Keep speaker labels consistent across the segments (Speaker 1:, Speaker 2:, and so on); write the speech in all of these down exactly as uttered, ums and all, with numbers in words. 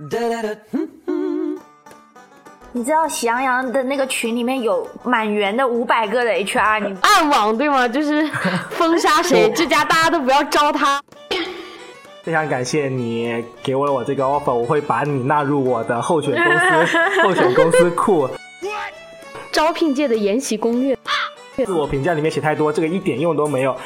Speaker 1: 你知道喜羊羊的那个群里面有满员的五百个的 H R， 你
Speaker 2: 暗网对吗？就是封杀谁，这家大家都不要招他。
Speaker 3: 非常感谢你给我了我这个 offer， 我会把你纳入我的候选公司候选公司库。
Speaker 2: 招聘界的研习攻略，
Speaker 3: 自我评价里面写太多，这个一点用都没有。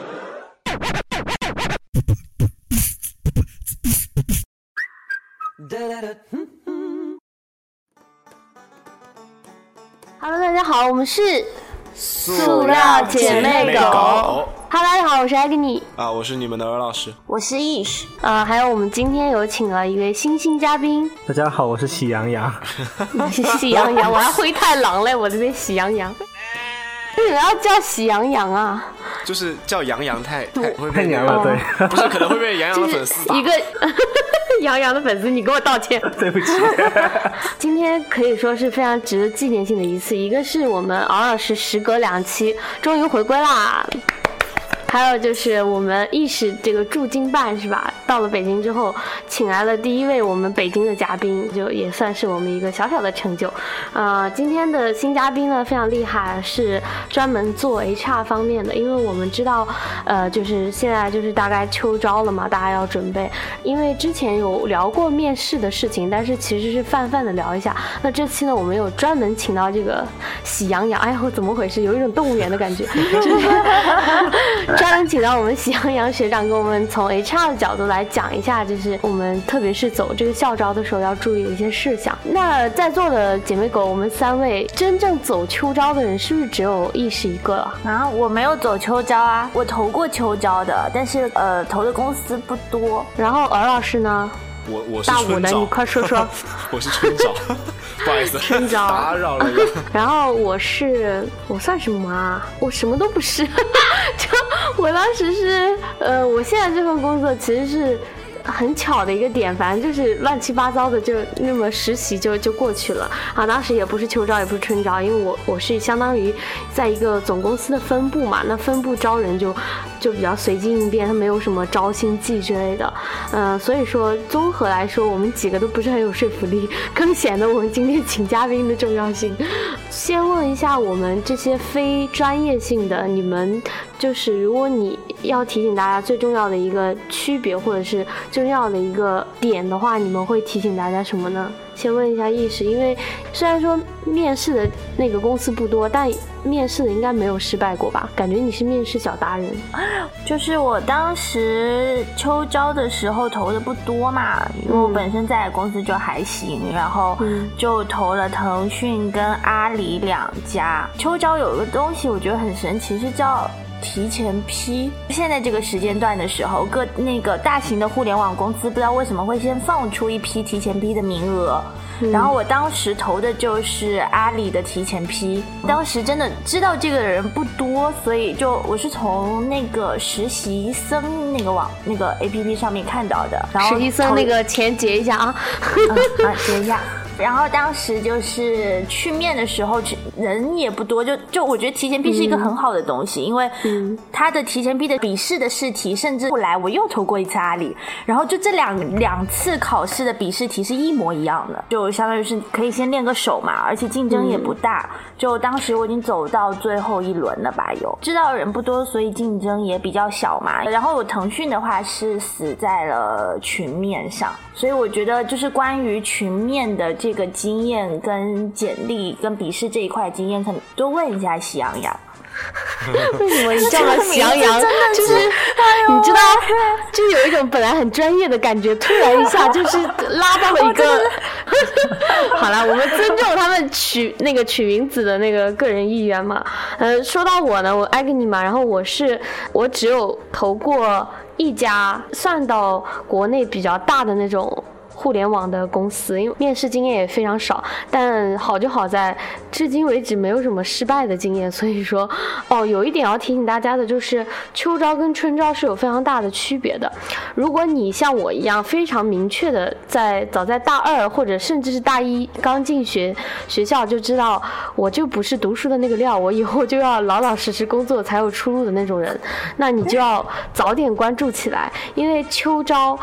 Speaker 2: Hello， 大家好，我们是
Speaker 4: 塑料姐妹狗。
Speaker 2: Hello， 大家好，我是 Agni
Speaker 4: 啊，我是你们的尔老师，
Speaker 1: 我是 Ish，
Speaker 2: 呃，还有我们今天有请了一位新兴嘉宾。
Speaker 3: 大家好，我是喜羊羊。
Speaker 2: 喜羊羊，我还灰太狼嘞，我这边喜羊羊。为什么要叫喜羊羊啊？
Speaker 4: 就是叫羊羊太太会
Speaker 3: 太娘了，对，
Speaker 4: 不是可能会被羊羊的粉丝打。
Speaker 2: 一个羊羊的粉丝，你给我道歉，
Speaker 3: 对不起。
Speaker 2: 今天可以说是非常值得纪念性的一次，一个是我们敖老师时隔两期终于回归啦。还有就是我们意识这个驻京办是吧？到了北京之后，请来了第一位我们北京的嘉宾，就也算是我们一个小小的成就。呃，今天的新嘉宾呢非常厉害，是专门做 H R 方面的，因为我们知道，呃，就是现在就是大概秋招了嘛，大家要准备。因为之前有聊过面试的事情，但是其实是泛泛的聊一下。那这期呢，我们有专门请到这个喜羊羊，哎呦，怎么回事？有一种动物园的感觉，就是专门请到我们喜羊羊学长，跟我们从 H R 的角度来讲一下，就是我们特别是走这个校招的时候要注意的一些事项。那在座的姐妹狗，我们三位真正走秋招的人，是不是只有意识一个了？
Speaker 1: 啊，我没有走秋招啊，我投过秋招的，但是呃，投的公司不多。
Speaker 2: 然后尔老师呢？
Speaker 4: 我我是
Speaker 2: 大五的，
Speaker 4: 春招，
Speaker 2: 你快说说。
Speaker 4: 我是春招，不好意思，
Speaker 2: 春招
Speaker 4: 打扰了。
Speaker 2: 然后我是我算什么啊？我什么都不是。就我当时是呃，我现在这份工作其实是很巧的一个点，反正就是乱七八糟的，就那么实习就就过去了啊。当时也不是秋招，也不是春招，因为我我是相当于在一个总公司的分部嘛，那分部招人就就比较随机应变，它没有什么招新季之类的，嗯、呃，所以说综合来说，我们几个都不是很有说服力，更显得我们今天请嘉宾的重要性。先问一下我们这些非专业性的，你们就是如果你要提醒大家最重要的一个区别，或者是最重要的一个点的话，你们会提醒大家什么呢？先问一下意识，因为虽然说面试的那个公司不多，但面试的应该没有失败过吧？感觉你是面试小达人。
Speaker 1: 就是我当时秋招的时候投的不多嘛，因为我本身在公司就还行，然后就投了腾讯跟阿里两家。秋招有一个东西我觉得很神奇，是叫提前批。现在这个时间段的时候，各那个大型的互联网公司不知道为什么会先放出一批提前批的名额，嗯、然后我当时投的就是阿里的提前批。当时真的知道这个人不多，所以就我是从那个实习生那个网那个 A P P 上面看到的。然后
Speaker 2: 实习生那个钱结一下啊，
Speaker 1: 嗯、啊结一下。然后当时就是去面的时候人也不多，就就我觉得提前批是一个很好的东西，嗯、因为他的提前批的笔试的试题，甚至后来我又投过一次阿里，然后就这两两次考试的笔试题是一模一样的，就相当于是可以先练个手嘛，而且竞争也不大，嗯、就当时我已经走到最后一轮了吧，有知道人不多，所以竞争也比较小嘛。然后我腾讯的话是死在了群面上，所以我觉得就是关于群面的这个经验跟简历跟笔试这一块经验，可能多问一下喜羊羊。
Speaker 2: 为什么你叫了喜羊羊？就是你知道，就有一种本来很专业的感觉，突然一下就是拉到了一个。好了，我们尊重他们取那个取名字的那个个人意愿嘛。呃，说到我呢，我艾格尼嘛，然后我是我只有投过一家算到国内比较大的那种互联网的公司，因为面试经验也非常少，但好就好在至今为止没有什么失败的经验。所以说哦，有一点要提醒大家的就是秋招跟春招是有非常大的区别的。如果你像我一样非常明确的在早在大二或者甚至是大一刚进学学校就知道我就不是读书的那个料，我以后就要老老实实工作才有出路的那种人，那你就要早点关注起来，因为秋招大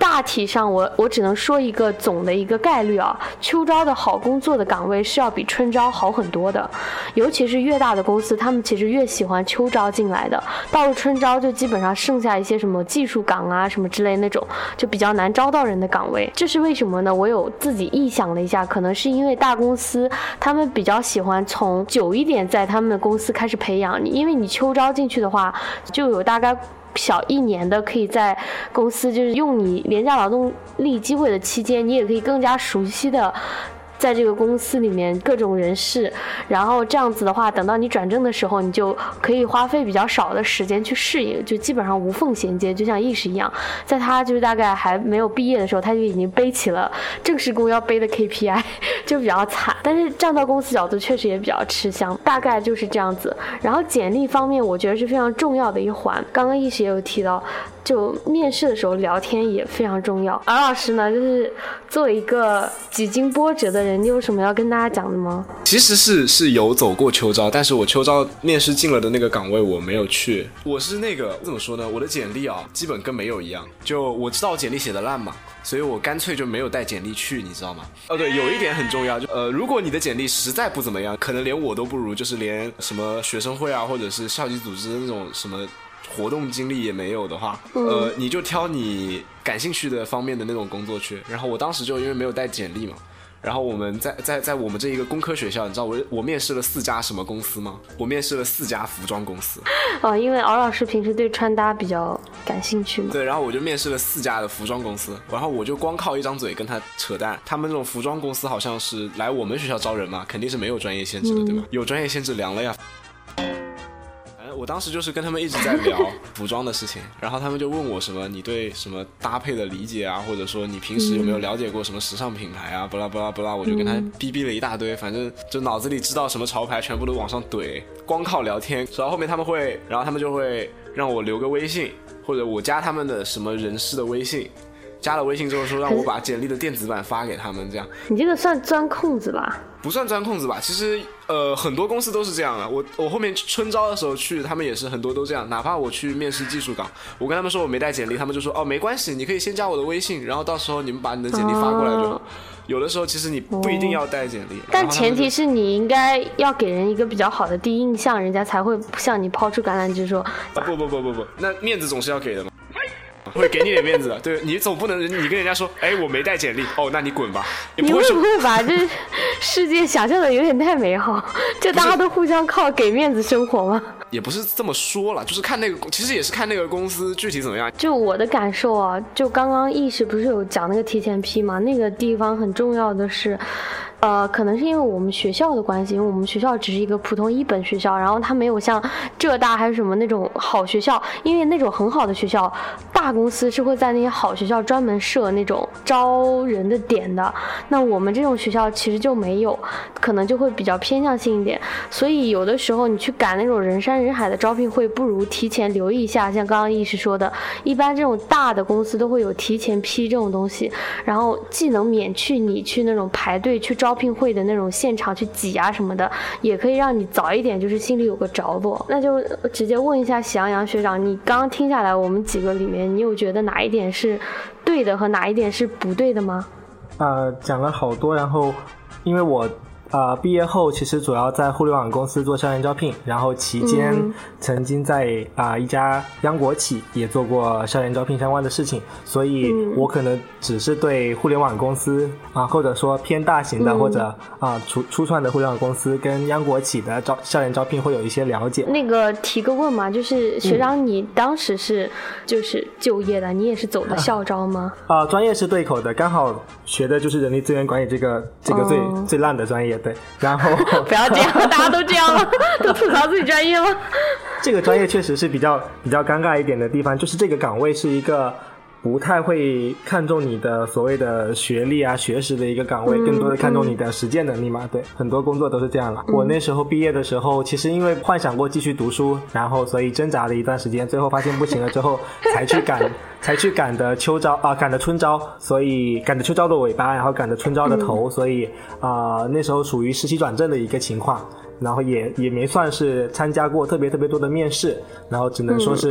Speaker 2: 大体上我我只能说一个总的一个概率啊，秋招的好工作的岗位是要比春招好很多的，尤其是越大的公司，他们其实越喜欢秋招进来的，到了春招就基本上剩下一些什么技术岗啊什么之类那种就比较难招到人的岗位。这是为什么呢？我有自己臆想了一下，可能是因为大公司他们比较喜欢从久一点在他们的公司开始培养你，因为你秋招进去的话就有大概小一年的可以在公司就是用你廉价劳动力机会的期间，你也可以更加熟悉的在这个公司里面各种人事，然后这样子的话等到你转正的时候你就可以花费比较少的时间去适应，就基本上无缝衔接，就像意识一样，在他就是大概还没有毕业的时候他就已经背起了正式工要背的 K P I， 就比较惨，但是站到公司角度确实也比较吃香，大概就是这样子。然后简历方面我觉得是非常重要的一环，刚刚意识也有提到，就面试的时候聊天也非常重要。而老师呢，就是作为一个几经波折的人，你有什么要跟大家讲的吗？
Speaker 4: 其实是是有走过秋招，但是我秋招面试进了的那个岗位我没有去。我是那个怎么说呢？我的简历啊，基本跟没有一样。就我知道我简历写的烂嘛，所以我干脆就没有带简历去，你知道吗？哦，对，有一点很重要，就呃，如果你的简历实在不怎么样，可能连我都不如，就是连什么学生会啊，或者是校级组织的那种什么活动经历也没有的话，呃，你就挑你感兴趣的方面的那种工作去。然后我当时就因为没有带简历嘛，然后我们在在在我们这一个工科学校，你知道我我面试了四家什么公司吗？我面试了四家服装公司。
Speaker 2: 哦，因为敖老师平时对穿搭比较感兴趣嘛。
Speaker 4: 对，然后我就面试了四家的服装公司，然后我就光靠一张嘴跟他扯淡。他们这种服装公司好像是来我们学校招人嘛，肯定是没有专业限制的，对吧？有专业限制凉了呀。我当时就是跟他们一直在聊服装的事情，然后他们就问我什么你对什么搭配的理解啊，或者说你平时有没有了解过什么时尚品牌啊，巴拉巴拉巴拉，我就跟他逼逼了一大堆，反正就脑子里知道什么潮牌全部都往上怼，光靠聊天。然后后面他们会，然后他们就会让我留个微信，或者我加他们的什么人事的微信，加了微信之后说让我把简历的电子版发给他们，这样。
Speaker 2: 你这个算钻空子吧？
Speaker 4: 不算钻空子吧，其实呃很多公司都是这样的。我我后面春招的时候去，他们也是很多都这样。哪怕我去面试技术岗，我跟他们说我没带简历，他们就说哦没关系，你可以先加我的微信，然后到时候你们把你的简历发过来就好。哦、有的时候其实你不一定要带简历，哦、
Speaker 2: 但前提是你应该要给人一个比较好的第一印象，人家才会向你抛出橄榄枝说。
Speaker 4: 不不不不不，那面子总是要给的嘛。会给你点面子的，对，你总不能你跟人家说，哎，我没带简历，哦，那你滚吧。
Speaker 2: 你会不会把这世界想象的有点太美好？就大家都互相靠给面子生活吗？
Speaker 4: 也不是这么说了，就是看那个，其实也是看那个公司具体怎么样。
Speaker 2: 就我的感受啊，就刚刚意识不是有讲那个提前批嘛，那个地方很重要的是。呃，可能是因为我们学校的关系，因为我们学校只是一个普通一本学校，然后它没有像浙大还是什么那种好学校，因为那种很好的学校，大公司是会在那些好学校专门设那种招人的点的，那我们这种学校其实就没有，可能就会比较偏向性一点，所以有的时候你去赶那种人山人海的招聘会，不如提前留意一下，像刚刚意识说的，一般这种大的公司都会有提前批这种东西，然后既能免去你去那种排队去招招聘会的那种现场去挤啊什么的，也可以让你早一点就是心里有个着落。那就直接问一下喜羊羊学长，你刚刚听下来我们几个里面，你有觉得哪一点是对的和哪一点是不对的吗？
Speaker 3: 呃，讲了好多，然后因为我呃，毕业后其实主要在互联网公司做校园招聘，然后期间曾经在啊、呃、一家央国企也做过校园招聘相关的事情，所以我可能只是对互联网公司啊、呃，或者说偏大型的、嗯、或者啊、呃、初初创的互联网公司跟央国企的招校园招聘会有一些了解。
Speaker 2: 那个提个问嘛，就是学长你当时是就是就业的，嗯、你也是走的校招吗？
Speaker 3: 啊、呃，专业是对口的，刚好学的就是人力资源管理这个这个最、哦、最烂的专业。对，然后
Speaker 2: 不要这样，大家都这样了，都吐槽自己专业吗？
Speaker 3: 这个专业确实是比较比较尴尬一点的地方，就是这个岗位是一个不太会看重你的所谓的学历啊学识的一个岗位、嗯、更多的看重你的实践能力嘛、嗯、对，很多工作都是这样了、嗯、我那时候毕业的时候其实因为幻想过继续读书，然后所以挣扎了一段时间，最后发现不行了之后才去赶才去赶的秋招啊，赶的春招，所以赶的秋招的尾巴，然后赶的春招的头、嗯、所以啊、呃、那时候属于实习转正的一个情况，然后也也没算是参加过特别特别多的面试，然后只能说是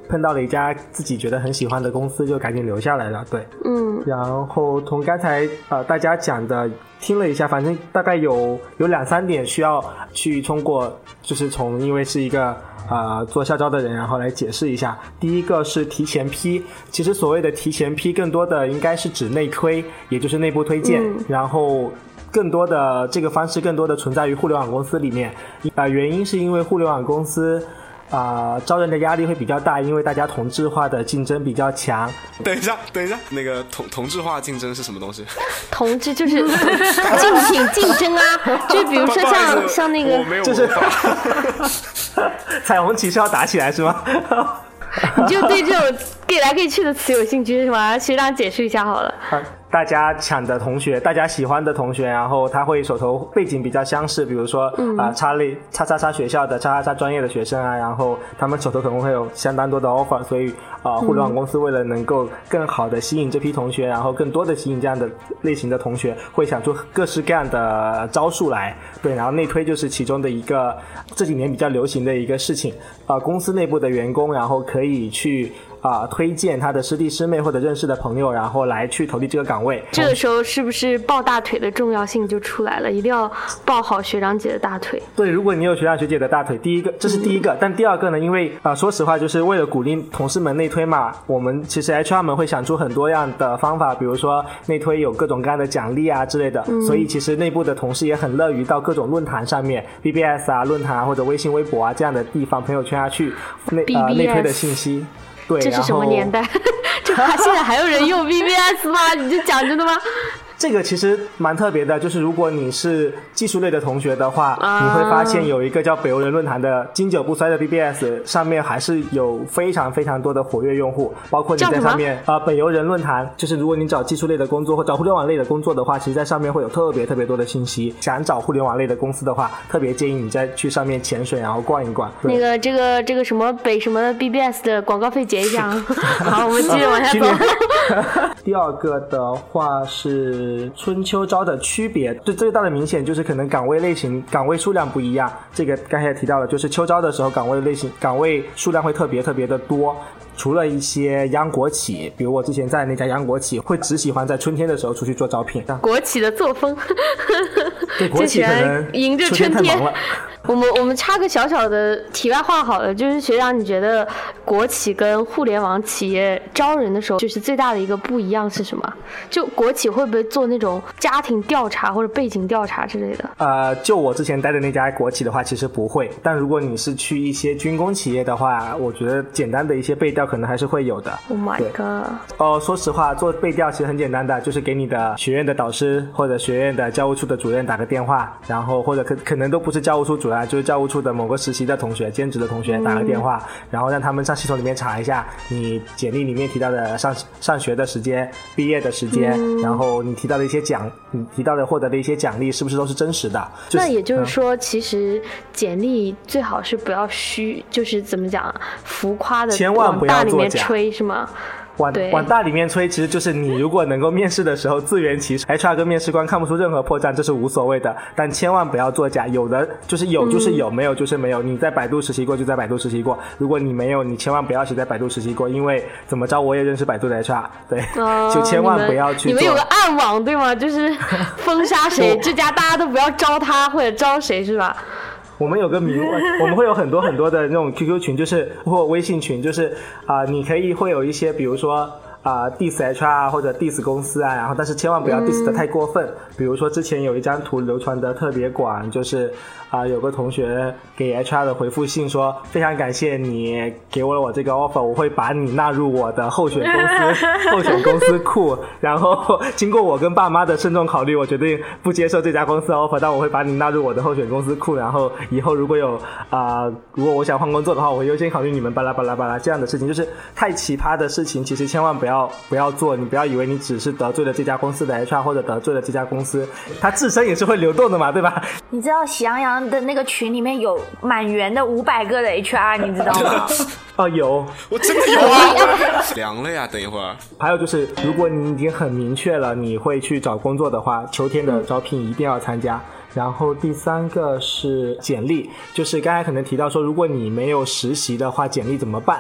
Speaker 3: 碰到了一家自己觉得很喜欢的公司，就赶紧留下来了。对，
Speaker 2: 嗯，
Speaker 3: 然后从刚才呃大家讲的听了一下，反正大概有有两三点需要去通过，就是从因为是一个呃做校招的人，然后来解释一下。第一个是提前批，其实所谓的提前批更多的应该是指内推，也就是内部推荐，
Speaker 2: 嗯、
Speaker 3: 然后更多的这个方式更多的存在于互联网公司里面，啊、呃，原因是因为互联网公司啊、呃，招人的压力会比较大，因为大家同质化的竞争比较强。
Speaker 4: 等一下，等一下，那个同同质化竞争是什么东西？
Speaker 2: 同质就是竞品竞争啊，就比如说像像那个，
Speaker 4: 我没有
Speaker 3: 就是彩虹旗是要打起来是吗？
Speaker 2: 你就对这种 gay 来 gay 去的词有兴趣是吗？学长解释一下好了。
Speaker 3: 大家抢的同学，大家喜欢的同学，然后他会手头背景比较相似，比如说啊、嗯呃、叉类叉叉叉学校的叉叉叉专业的学生啊，然后他们手头可能会有相当多的 offer， 所以啊、呃、互联网公司为了能够更好的吸引这批同学，然后更多的吸引这样的类型的同学，会想出各式各样的招数来。对，然后内推就是其中的一个这几年比较流行的一个事情啊、呃，公司内部的员工然后可以去啊、呃，推荐他的师弟师妹或者认识的朋友，然后来去投递这个岗位。
Speaker 2: 这个时候是不是抱大腿的重要性就出来了？一定要抱好学长姐的大腿。
Speaker 3: 对，如果你有学长学姐的大腿，第一个这是第一个，嗯、但第二个呢？因为啊、呃，说实话，就是为了鼓励同事们内推嘛，我们其实 H R 们会想出很多样的方法，比如说内推有各种各样的奖励啊之类的，嗯、所以其实内部的同事也很乐于到各种论坛上面 ，B B S 啊、论坛啊或者微信、微博啊这样的地方、朋友圈啊去内呃内推的信息。对，
Speaker 2: 这是什么年代？这现在还有人用 B B S 吗？你这讲真的吗？
Speaker 3: 这个其实蛮特别的，就是如果你是技术类的同学的话，啊、你会发现有一个叫北欧人论坛的经久不衰的 B B S 上面还是有非常非常多的活跃用户，包括你在上面啊、呃，北欧人论坛就是如果你找技术类的工作或找互联网类的工作的话，其实在上面会有特别特别多的信息。想找互联网类的公司的话，特别建议你再去上面潜水，然后逛一逛。那
Speaker 2: 个这个这个什么北什么的 B B S 的广告费结一下。好，我们继续往下走。
Speaker 3: 第二个的话是春秋招的区别，最最大的明显就是可能岗位类型、岗位数量不一样。这个刚才也提到了，就是秋招的时候岗位类型、岗位数量会特别特别的多。除了一些央国企，比如我之前在那家央国企，会只喜欢在春天的时候出去做招聘。
Speaker 2: 国企的作风，
Speaker 3: 对，国企可能
Speaker 2: 迎着春天。我们我们插个小小的题外话好了，就是学长，你觉得国企跟互联网企业招人的时候，就是最大的一个不一样是什么？就国企会不会做那种家庭调查或者背景调查之类的？呃，
Speaker 3: 就我之前待的那家国企的话，其实不会。但如果你是去一些军工企业的话，我觉得简单的一些背调可能还是会有的。
Speaker 2: Oh my god！
Speaker 3: 哦，说实话，做背调其实很简单的，就是给你的学院的导师或者学院的教务处的主任打个电话，然后或者可可能都不是教务处主任，就是教务处的某个实习的同学、兼职的同学打个电话，嗯、然后让他们上系统里面查一下你简历里面提到的上上学的时间、毕业的时间，嗯、然后你提到的一些奖，你提到的获得的一些奖励是不是都是真实的？就是、
Speaker 2: 那也就是说，嗯、其实简历最好是不要虚，就是怎么讲，浮夸的，
Speaker 3: 千万不要
Speaker 2: 往大里面吹是吗？
Speaker 3: 往往大里面吹，其实就是你如果能够面试的时候自圆其说 ，H R 跟面试官看不出任何破绽，这是无所谓的。但千万不要作假，有的就是有就是有，嗯、没有就是没有。你在百度实习过就在百度实习过，如果你没有，你千万不要写在百度实习过，因为怎么着我也认识百度的 H R， 对，呃、就千万不要去做。
Speaker 2: 你们有个暗网对吗？就是封杀谁，这家大家都不要招他或者招谁是吧？
Speaker 3: 我们有个名，我们会有很多很多的那种 Q Q 群，就是或微信群，就是啊、呃，你可以会有一些，比如说啊、呃、diss H R 或者 diss 公司啊，然后但是千万不要 diss 的太过分。嗯、比如说之前有一张图流传的特别广，就是啊、呃、有个同学给 H R 的回复信说，非常感谢你给我了我这个 offer， 我会把你纳入我的候选公司候选公司库，然后经过我跟爸妈的慎重考虑，我决定不接受这家公司的 offer， 但我会把你纳入我的候选公司库，然后以后如果有啊、呃、如果我想换工作的话，我会优先考虑你们巴拉巴拉巴拉这样的事情，就是太奇葩的事情，其实千万不要不要做。你不要以为你只是得罪了这家公司的 H R 或者得罪了这家公司，它自身也是会流动的嘛，对吧？
Speaker 1: 你知道喜羊羊的那个群里面有满员的五百个的 H R， 你知道吗？
Speaker 3: 哦，有，
Speaker 4: 我真的有啊！凉了呀，等一会儿。
Speaker 3: 还有就是，如果你已经很明确了你会去找工作的话，秋天的招聘一定要参加。然后第三个是简历，就是刚才可能提到说，如果你没有实习的话，简历怎么办？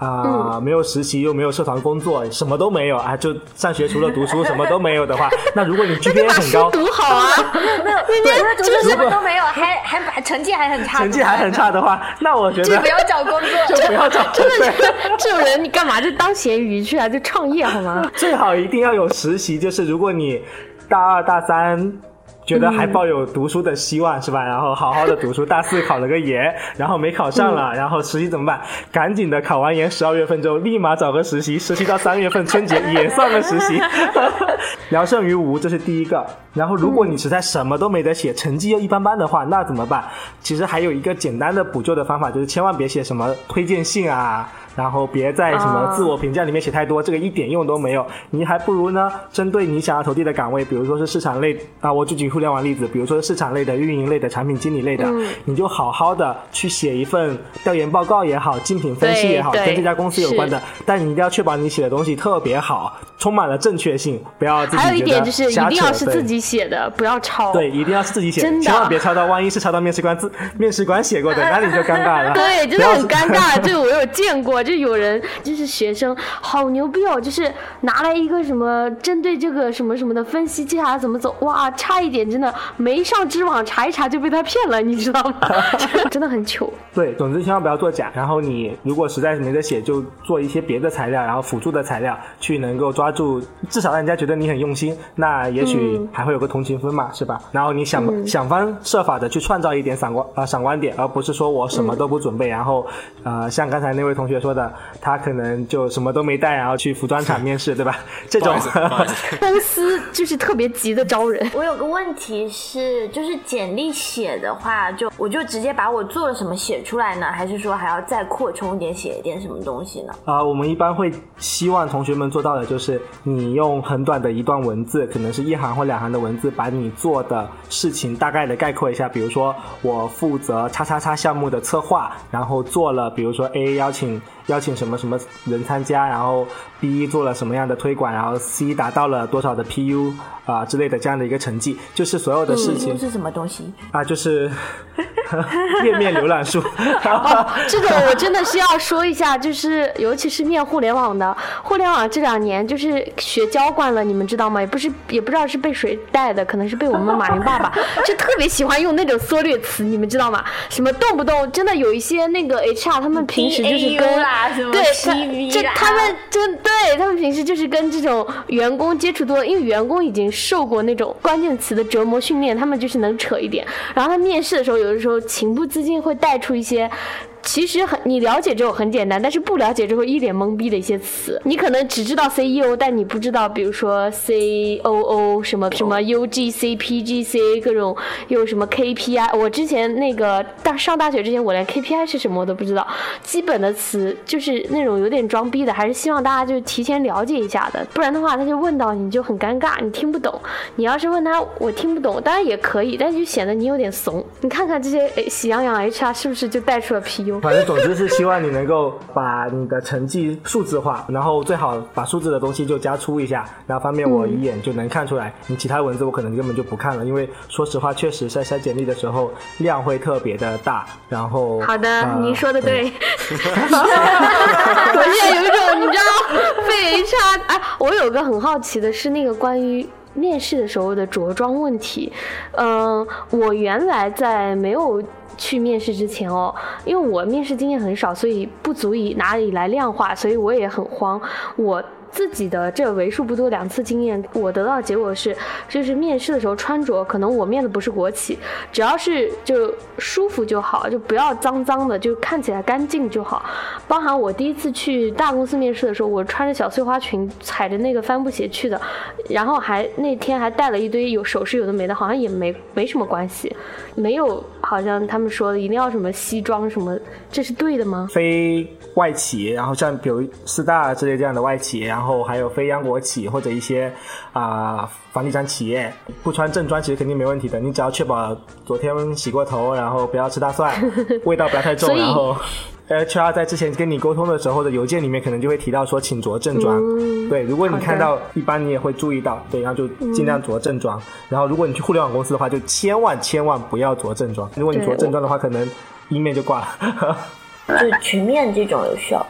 Speaker 3: 啊、呃嗯，没有实习又没有社团工作，什么都没有啊，就上学除了读书什么都没有的话，那如果你 G P A 很高，
Speaker 2: 读好啊，
Speaker 1: 没有没有，读书什么都没有，还还成绩还很差，
Speaker 3: 成绩还很差的话，那我觉得
Speaker 1: 就不要找工作，
Speaker 3: 就不要找，
Speaker 2: 真的这种人你干嘛就当咸鱼去啊？就创业好吗？
Speaker 3: 最好一定要有实习，就是如果你大二大三觉得还抱有读书的希望、嗯、是吧？然后好好的读书，大四考了个研，然后没考上了、嗯，然后实习怎么办？赶紧的考完研，十二月份之后立马找个实习，实习到三月份春节也算个实习，聊胜于无，这是第一个。然后如果你实在什么都没得写，成绩又一般般的话，那怎么办？其实还有一个简单的补救的方法，就是千万别写什么推荐信啊。然后别在什么自我评价里面写太多、啊、这个一点用都没有。你还不如呢针对你想要投递的岗位，比如说是市场类啊，我就举互联网例子，比如说是市场类的、运营类的、产品经理类的、嗯、你就好好的去写一份调研报告也好，竞品分析也好，跟这家公司有关的，但你一定要确保你写的东西特别好，充满了正确性，不要自己觉得瞎扯。
Speaker 2: 还有一点就是一定要是自己写的，不要抄。
Speaker 3: 对，一定要是自己写的，千万别抄到，万一是抄到面试官自面试官写过的，那你就尴尬了。
Speaker 2: 对，真的很尴尬。这个我有见过，就有人就是学生好牛逼哦，就是拿来一个什么针对这个什么什么的分析，接下来怎么走，哇，差一点真的没上知网查一查就被他骗了，你知道吗？真的很糗。
Speaker 3: 对，总之千万不要作假。然后你如果实在是没得写，就做一些别的材料，然后辅助的材料，去能够抓住，至少让人家觉得你很用心，那也许还会有个同情分嘛，是吧？然后你想、嗯、想方设法的去创造一点闪光呃闪光点，而不是说我什么都不准备，嗯、然后呃像刚才那位同学说的，他可能就什么都没带，然后去服装厂面试，对吧？这种
Speaker 2: 公司就是特别急的招人。
Speaker 1: 我有个问题是，就是简历写的话，就我就直接把我做了什么写出来呢，还是说还要再扩充一点，写一点什么东西呢？
Speaker 3: 啊、呃，我们一般会希望同学们做到的就是你用很短的一段文字，可能是一行或两行的文字，把你做的事情大概的概括一下。比如说我负责叉叉叉项目的策划，然后做了比如说 A 邀请邀请什么什么人参加，然后 B 做了什么样的推广，然后 C 达到了多少的 P U 啊、呃、之类的这样的一个成绩，就是所有的事情。
Speaker 1: 嗯、是什么东西
Speaker 3: 啊？就是页面浏览数。
Speaker 2: 哦，这个我真的是要说一下，就是尤其是面互联网的，互联网这两年就是学娇惯了，你们知道吗？也不是也不知道是被谁带的，可能是被我们马云爸爸，就特别喜欢用那种缩略词，你们知道吗？什么动不动真的有一些那个 H R 他们平时就是跟对这他们真对他们平时就是跟这种员工接触多了，因为员工已经受过那种关键词的折磨训练，他们就是能扯一点，然后他面试的时候有的时候情不自禁会带出一些其实很你了解之后很简单，但是不了解之后一脸懵逼的一些词，你可能只知道 C E O， 但你不知道比如说 C O O 什么什么 U G C P G C 各种又什么 K P I， 我之前那个大上大学之前我连 K P I 是什么我都不知道，基本的词就是那种有点装逼的，还是希望大家就提前了解一下的，不然的话他就问到你就很尴尬，你听不懂。你要是问他我听不懂当然也可以，但是就显得你有点怂。你看看这些喜羊羊 H R 是不是就带出了 P U。
Speaker 3: 反正总之是希望你能够把你的成绩数字化，然后最好把数字的东西就加粗一下，然后方便我一眼就能看出来。你其他文字我可能根本就不看了，因为说实话确实在筛简历的时候量会特别的大。然后
Speaker 2: 好的、呃、您说的对、嗯、我现在有一种你知道被 H R 哎，我有个很好奇的是那个关于面试的时候的着装问题。嗯、呃，我原来在没有去面试之前哦，因为我面试经验很少，所以不足以哪里来量化，所以我也很慌。我自己的这为数不多两次经验，我得到的结果是，就是面试的时候穿着，可能我面的不是国企，只要是就舒服就好，就不要脏脏的，就看起来干净就好。包含我第一次去大公司面试的时候，我穿着小碎花裙，踩着那个帆布鞋去的，然后还那天还带了一堆有首饰有的没的，好像也没没什么关系，没有好像他们说的一定要什么西装什么，这是对的吗？
Speaker 3: 非外企，然后像比如四大之类这样的外企，然后然后还有非央国企或者一些啊、呃、房地产企业，不穿正装其实肯定没问题的，你只要确保昨天洗过头，然后不要吃大蒜，味道不要太重，然后 H R 在之前跟你沟通的时候的邮件里面可能就会提到说请着正装、嗯、对，如果你看到一般你也会注意到，对，然后就尽量着正装、嗯、然后如果你去互联网公司的话就千万千万不要着正装，如果你着正装的话可能一面就挂了。
Speaker 1: 就群面这种有需要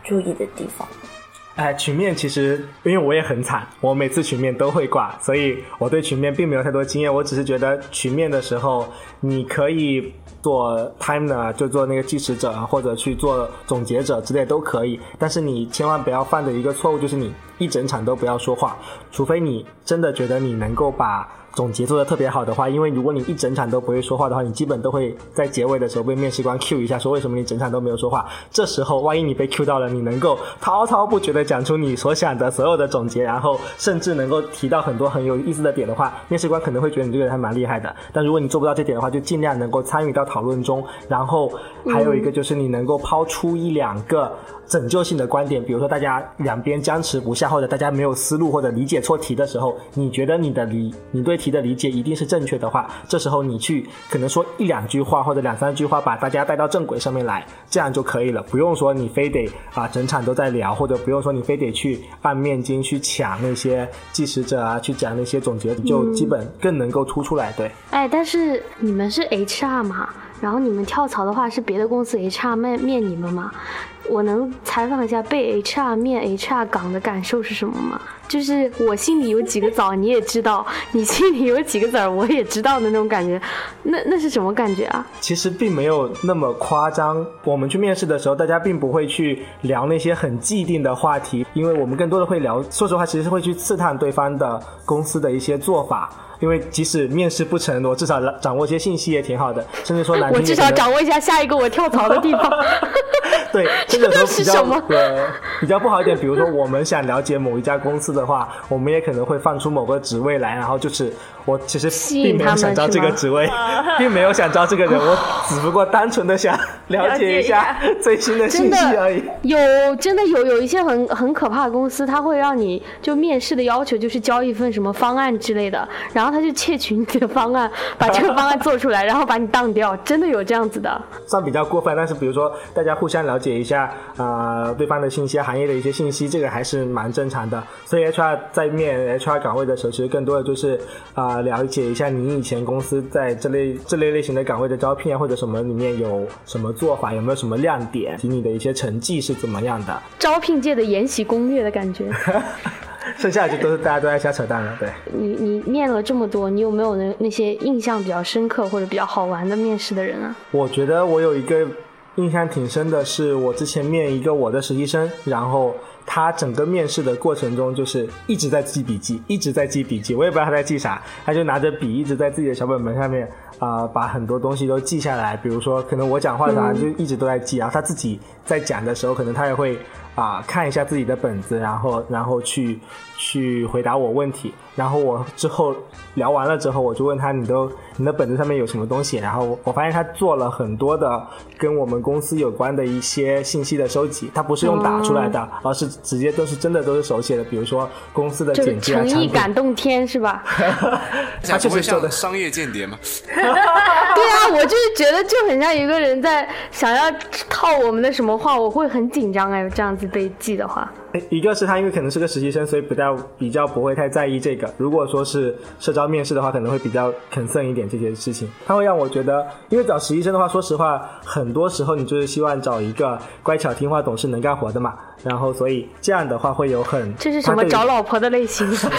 Speaker 1: 注意的地方？
Speaker 3: 哎，群面其实因为我也很惨，我每次群面都会挂，所以我对群面并没有太多经验。我只是觉得群面的时候，你可以做 timer， 就做那个计时者，或者去做总结者之类都可以。但是你千万不要犯的一个错误就是你一整场都不要说话，除非你真的觉得你能够把总结做得特别好的话，因为如果你一整场都不会说话的话，你基本都会在结尾的时候被面试官 Q 一下，说为什么你整场都没有说话。这时候万一你被 Q 到了，你能够滔滔不绝地讲出你所想的所有的总结，然后甚至能够提到很多很有意思的点的话，面试官可能会觉得你这个人还蛮厉害的。但如果你做不到这点的话，就尽量能够参与到讨论中，然后还有一个就是你能够抛出一两个拯救性的观点，比如说大家两边僵持不下，或者大家没有思路或者理解错题的时候，你觉得你的理你对题的理解一定是正确的话，这时候你去可能说一两句话或者两三句话把大家带到正轨上面来，这样就可以了。不用说你非得啊整场都在聊，或者不用说你非得去按面筋去抢那些计时者啊，去讲那些总结，就基本更能够突出来。对，
Speaker 2: 哎，但是你们是 H R 嘛，然后你们跳槽的话是别的公司 H R 面面你们吗？我能采访一下被 H R 面 H R 岗的感受是什么吗？就是我心里有几个枣你也知道，你心里有几个籽儿我也知道的那种感觉，那那是什么感觉啊？
Speaker 3: 其实并没有那么夸张，我们去面试的时候大家并不会去聊那些很既定的话题，因为我们更多的会聊，说实话其实会去刺探对方的公司的一些做法，因为即使面试不成，我至少掌握一些信息也挺好的，甚至说难听，
Speaker 2: 我至少掌握一下下一个我跳槽的地方。
Speaker 3: 对，这个时候比较
Speaker 2: 呃
Speaker 3: 比较不好一点，比如说我们想了解某一家公司的话，我们也可能会放出某个职位来，然后就是我其实并没有想招这个职位，并没有想招这个人，我只不过单纯的想了解一下最新的信息而已。
Speaker 2: 有真的有有一些很很可怕的公司，他会让你就面试的要求就是交一份什么方案之类的，然后他就窃取你的方案，把这个方案做出来，然后把你当掉，真的有这样子的。
Speaker 3: 算比较过分，但是比如说大家互相了解一下呃对方的信息，行业的一些信息，这个还是蛮正常的。所以 H R 在面 H R 岗位的时候，其实更多的就是啊、呃、了解一下你以前公司在这类这类类型的岗位的招聘啊或者什么里面有什么做法，有没有什么亮点，以及你的一些成绩是怎么样的。
Speaker 2: 招聘界的延禧攻略的感觉。
Speaker 3: 剩下的就都是大家都在瞎扯淡了。对，
Speaker 2: 你你面了这么多，你有没有那那些印象比较深刻或者比较好玩的面试的人啊？
Speaker 3: 我觉得我有一个印象挺深的，是我之前面一个我的实习生，然后他整个面试的过程中就是一直在记笔记，一直在记笔记，我也不知道他在记啥，他就拿着笔一直在自己的小本本上面啊、呃，把很多东西都记下来。比如说可能我讲话啥就一直都在记，然后他自己在讲的时候可能他也会啊、呃、看一下自己的本子，然后然后去去回答我问题。然后我之后聊完了之后，我就问他你都你的本子上面有什么东西，然后我发现他做了很多的跟我们公司有关的一些信息的收集，他不是用打出来的、嗯、而是直接都是真的都是手写的，比如说公司的简介啊，
Speaker 2: 诚意感动天是吧？
Speaker 3: 他确实说的
Speaker 4: 商业间谍嘛。
Speaker 2: 对啊，我就是觉得就很像一个人在想要套我们的什么话，我会很紧张哎，这样子被记的话。
Speaker 3: 一个是他因为可能是个实习生，所以比较比较不会太在意这个，如果说是社招面试的话，可能会比较 concern 一点这些事情。他会让我觉得，因为找实习生的话，说实话很多时候你就是希望找一个乖巧听话懂事能干活的嘛，然后所以这样的话会有很
Speaker 2: 这是什么找老婆的类型？你们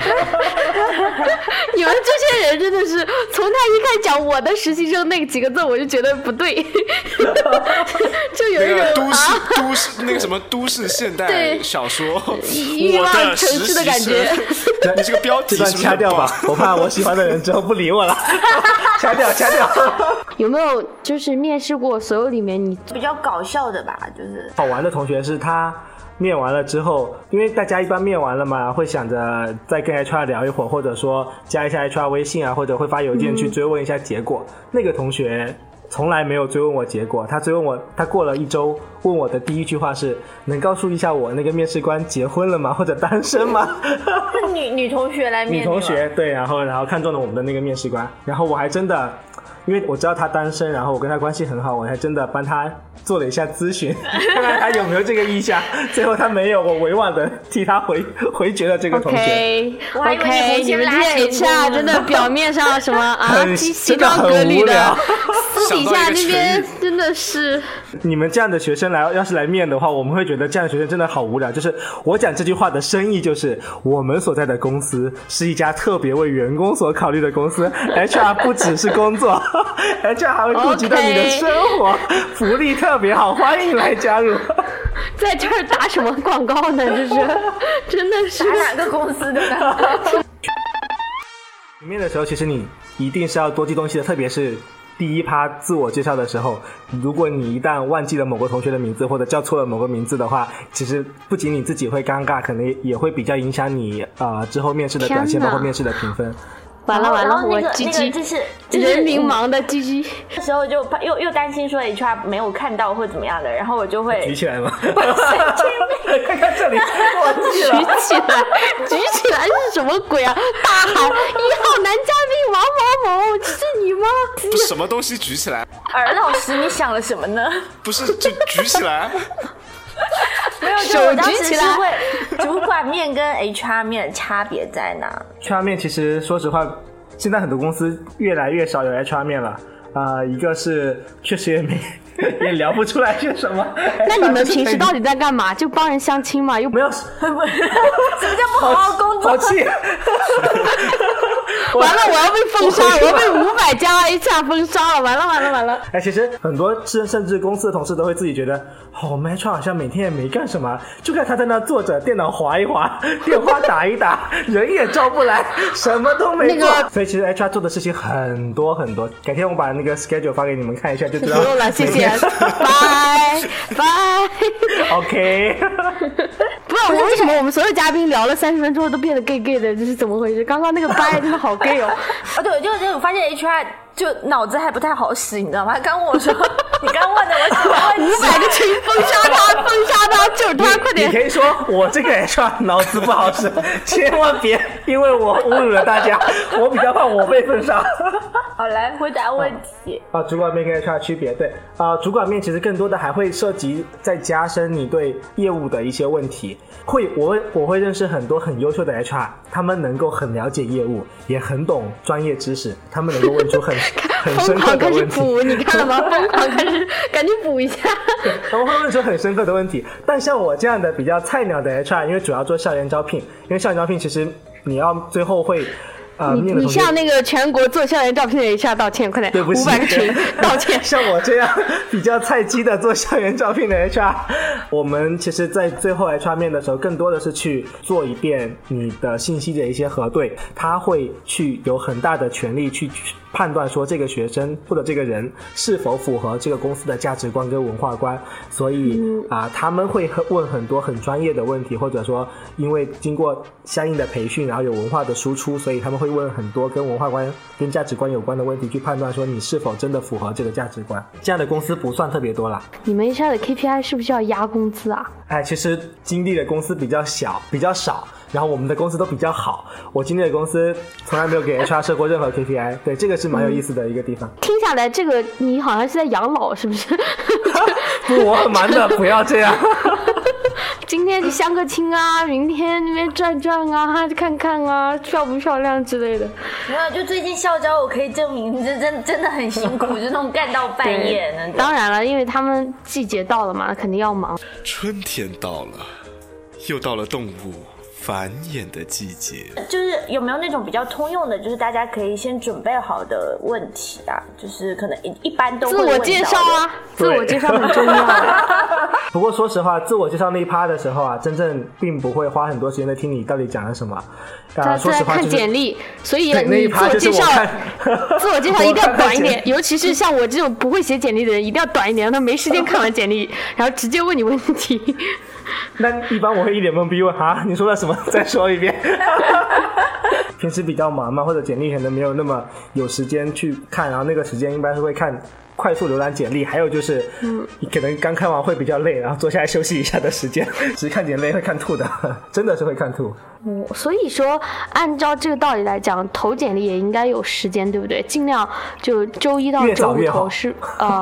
Speaker 2: 这些人真的是从他一开始讲我的实习生那几个字我就觉得不对。就有一种、
Speaker 4: 那个、都市、
Speaker 2: 啊、
Speaker 4: 都市那个什么都市现代小说
Speaker 2: 欲望城市的感觉。
Speaker 4: 你这个标题是不是
Speaker 3: 掐掉吧？我怕我喜欢的人之后不理我了。掐掉掐掉。
Speaker 2: 有没有就是面试过所有里面你
Speaker 1: 比较搞笑的吧？就是
Speaker 3: 好玩的同学是他面完了之后，因为大家一般面完了嘛，会想着再跟 H R 聊一会儿，或者说加一下 H R 微信啊，或者会发邮件去追问一下结果、嗯、那个同学从来没有追问我结果，他追问我，他过了一周问我的第一句话是能告诉一下我那个面试官结婚了吗或者单身吗？
Speaker 1: 女女同学来面，
Speaker 3: 女同学对，然后然后看中了我们的那个面试官，然后我还真的因为我知道他单身，然后我跟他关系很好，我还真的帮他做了一下咨询，看看他有没有这个意向。最后他没有，我委婉的替他回回绝了这个同学。
Speaker 2: OK，
Speaker 1: 我还以为你
Speaker 2: 你们这些 H R 真的表面上什么啊，西装革履的，私底下那边就的是
Speaker 3: 你们这样的学生来，要是来面的话，我们会觉得这样的学生真的好无聊。就是我讲这句话的深意，就是我们所在的公司是一家特别为员工所考虑的公司 ，H R 不只是工作，H R 还会顾及到你的生活， okay. 福利特别好，欢迎来加入。
Speaker 2: 在这儿打什么广告呢？这是真的是
Speaker 1: 打哪个公司的呢？
Speaker 3: 面的时候，其实你一定是要多记东西的，特别是第一趴自我介绍的时候，如果你一旦忘记了某个同学的名字或者叫错了某个名字的话，其实不仅你自己会尴尬，可能也会比较影响你呃之后面试的表现，包括面试的评分。
Speaker 2: 完了完了，
Speaker 1: 我
Speaker 2: G G，
Speaker 1: 那个就是就是
Speaker 2: 人民盲的 G G。
Speaker 1: 那时候就怕又又担心说 H R 没有看到或怎么样的，然后我就会
Speaker 3: 举起来吗？
Speaker 1: 看
Speaker 3: 看这里，我
Speaker 2: 举起来，举起来是什么鬼啊？大喊一号男嘉宾王某某，是你吗？
Speaker 4: 不是什么东西举起来？
Speaker 1: 尔老师，你想了什么呢？
Speaker 4: 不是，就举起来。
Speaker 1: 没有，就我当时是会主管面跟 H R 面的差别在哪
Speaker 3: ？H R 面其实说实话，现在很多公司越来越少有 H R 面了。啊、呃，一个是确实也没也聊不出来些什么。
Speaker 2: 那你们平时到底在干嘛？就帮人相亲嘛？又
Speaker 3: 没有？
Speaker 1: 什么叫不好好工作？
Speaker 3: 好气！
Speaker 2: 完了，我要被封杀，我要被五百加 H R 封杀了！完了完了完了！
Speaker 3: 哎，其实很多甚甚至公司的同事都会自己觉得，哦，我们 H R 好像每天也没干什么，就看他在那坐着，电脑划一划，电话打一打，人也招不来，什么都没做。那个、所以其实 H R 做的事情很多很多。改天我把那个 schedule 发给你们看一下，就知道。
Speaker 2: 不用了，谢谢，拜拜。
Speaker 3: OK。
Speaker 2: 不知道为什么我们所有嘉宾聊了三十分钟都变得 gay gay 的，这是怎么回事？刚刚那个拜真的好 gay 哦。
Speaker 1: 哦，对，就就我发现 H R 就脑子还不太好使，你知道吗？他刚问我说，你刚问的我想问
Speaker 2: 五百个群封杀他，封杀他，就是他，快点！
Speaker 3: 你可以说我这个 H R 脑子不好使，千万别因为我侮辱了大家，我比较怕我被封杀。
Speaker 1: 好，来回答问题。
Speaker 3: 啊，主管面跟 H R 区别，对啊、呃，主管面其实更多的还会涉及再加深你对业务的一些问题。会，我会我会认识很多很优秀的 H R， 他们能够很了解业务，也很懂专业知识，他们能够问出很很深刻的问题。
Speaker 2: 疯狂开始补，你看了吗？疯狂开始，赶紧补一下。
Speaker 3: 他们会问出很深刻的问题。但像我这样的比较菜鸟的 H R， 因为主要做校园招聘，因为校园招聘其实你要最后会。呃、
Speaker 2: 你你向那个全国做校园招聘的 H R 道歉，快点！
Speaker 3: 对不起，
Speaker 2: 五百个群道歉。
Speaker 3: 像我这样比较菜鸡的做校园招聘的 H R， 我们其实在最后 H R 面的时候，更多的是去做一遍你的信息的一些核对，他会去有很大的权利去判断说这个学生或者这个人是否符合这个公司的价值观跟文化观，所以啊、呃，他们会问很多很专业的问题，或者说因为经过相应的培训，然后有文化的输出，所以他们会问很多跟文化观跟价值观有关的问题，去判断说你是否真的符合这个价值观。这样的公司不算特别多啦。
Speaker 2: 你们 H R 的 K P I 是不是要压工资啊？
Speaker 3: 哎，其实经历的公司比较小比较少，然后我们的公司都比较好，我经历的公司从来没有给 H R 设过任何 K P I， 对，这个是蛮有意思的一个地方。
Speaker 2: 嗯、听下来这个你好像是在养老是不是？
Speaker 3: 不，我很忙的，不要这样。
Speaker 2: 今天你相个亲啊，明天那边转转啊，看看啊，漂不漂亮之类的。
Speaker 1: 没有，就最近校招，我可以证明，这真真的很辛苦，就那种干到半夜那种。
Speaker 2: 当然了，因为他们季节到了嘛，肯定要忙。
Speaker 4: 春天到了，又到了动物繁衍的季节。
Speaker 1: 就是有没有那种比较通用的，就是大家可以先准备好的问题啊？就是可能一一般都会
Speaker 2: 自我介绍啊，自我介绍很重要。
Speaker 3: 不过说实话，自我介绍那一趴的时候啊，真正并不会花很多时间在听你到底讲了什么。
Speaker 2: 他是在看简历，所以
Speaker 3: 你
Speaker 2: 自我介绍，自我介绍一定要短一点，尤其是像我这种不会写简历的人，一定要短一点，让他没时间看完简历，然后直接问你问题。
Speaker 3: 那一般我会一脸懵逼问啊，你说了什么？再说一遍。平时比较忙嘛，或者简历可能没有那么有时间去看，然后那个时间一般是会看快速浏览简历，还有就是，嗯，可能刚开完会比较累，然后坐下来休息一下的时间，只是看简历会看吐的，真的是会看吐。
Speaker 2: 嗯，所以说按照这个道理来讲，投简历也应该有时间，对不对？尽量就周一到周五投是啊。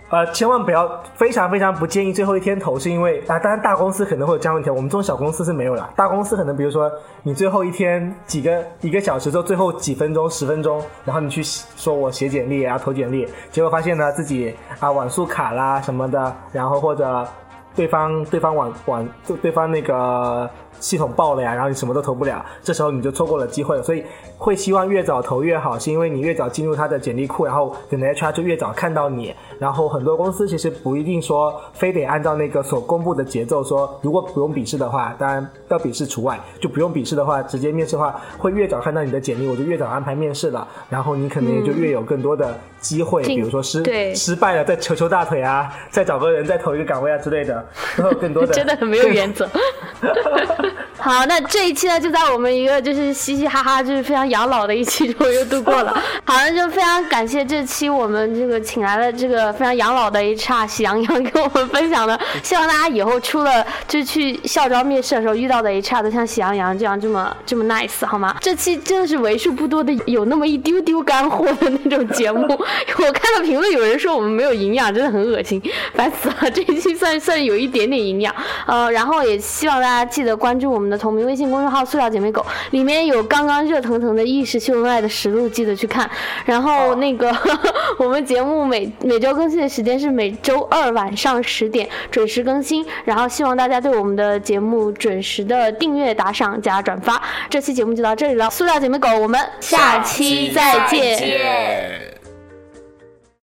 Speaker 3: 呃，千万不要，非常非常不建议最后一天投，是因为啊，当然大公司可能会有这样的问题，我们这种小公司是没有了。大公司可能比如说你最后一天几个一个小时之后，最后几分钟十分钟，然后你去说我写简历啊投简历，结果发现呢自己啊网速卡啦什么的，然后或者对方对方网网对对方那个系统爆了呀，然后你什么都投不了，这时候你就错过了机会了。所以会希望越早投越好，是因为你越早进入他的简历库，然后等的 H R 就越早看到你。然后很多公司其实不一定说非得按照那个所公布的节奏说，如果不用笔试的话，当然要笔试除外，就不用笔试的话，直接面试的话，会越早看到你的简历，我就越早安排面试了，然后你可能也就越有更多的机会，嗯、比如说失失败了再求求大腿啊，再找个人再投一个岗位啊之类的，会有更多的
Speaker 2: 真的很没有原则。好，那这一期呢，就在我们一个就是嘻嘻哈哈，就是非常养老的一期中又度过了。好，那就非常感谢这期我们这个请来了这个非常养老的 H R 喜羊羊给我们分享的，希望大家以后出了就是去校招面试的时候遇到的 H R 都像喜羊羊这样这么这么 nice 好吗？这期真的是为数不多的有那么一丢丢干货的那种节目。我看到评论有人说我们没有营养，真的很恶心，烦死了。这一期算算有一点点营养，呃，然后也希望大家记得关注我们的同名微信公众号塑料姐妹狗，里面有刚刚热腾腾的意识秀恩爱的实录，记得去看。然后那个、哦、我们节目每每周更新的时间是每周二晚上十点准时更新，然后希望大家对我们的节目准时的订阅打赏加转发。这期节目就到这里了，塑料姐妹狗我们下期再见。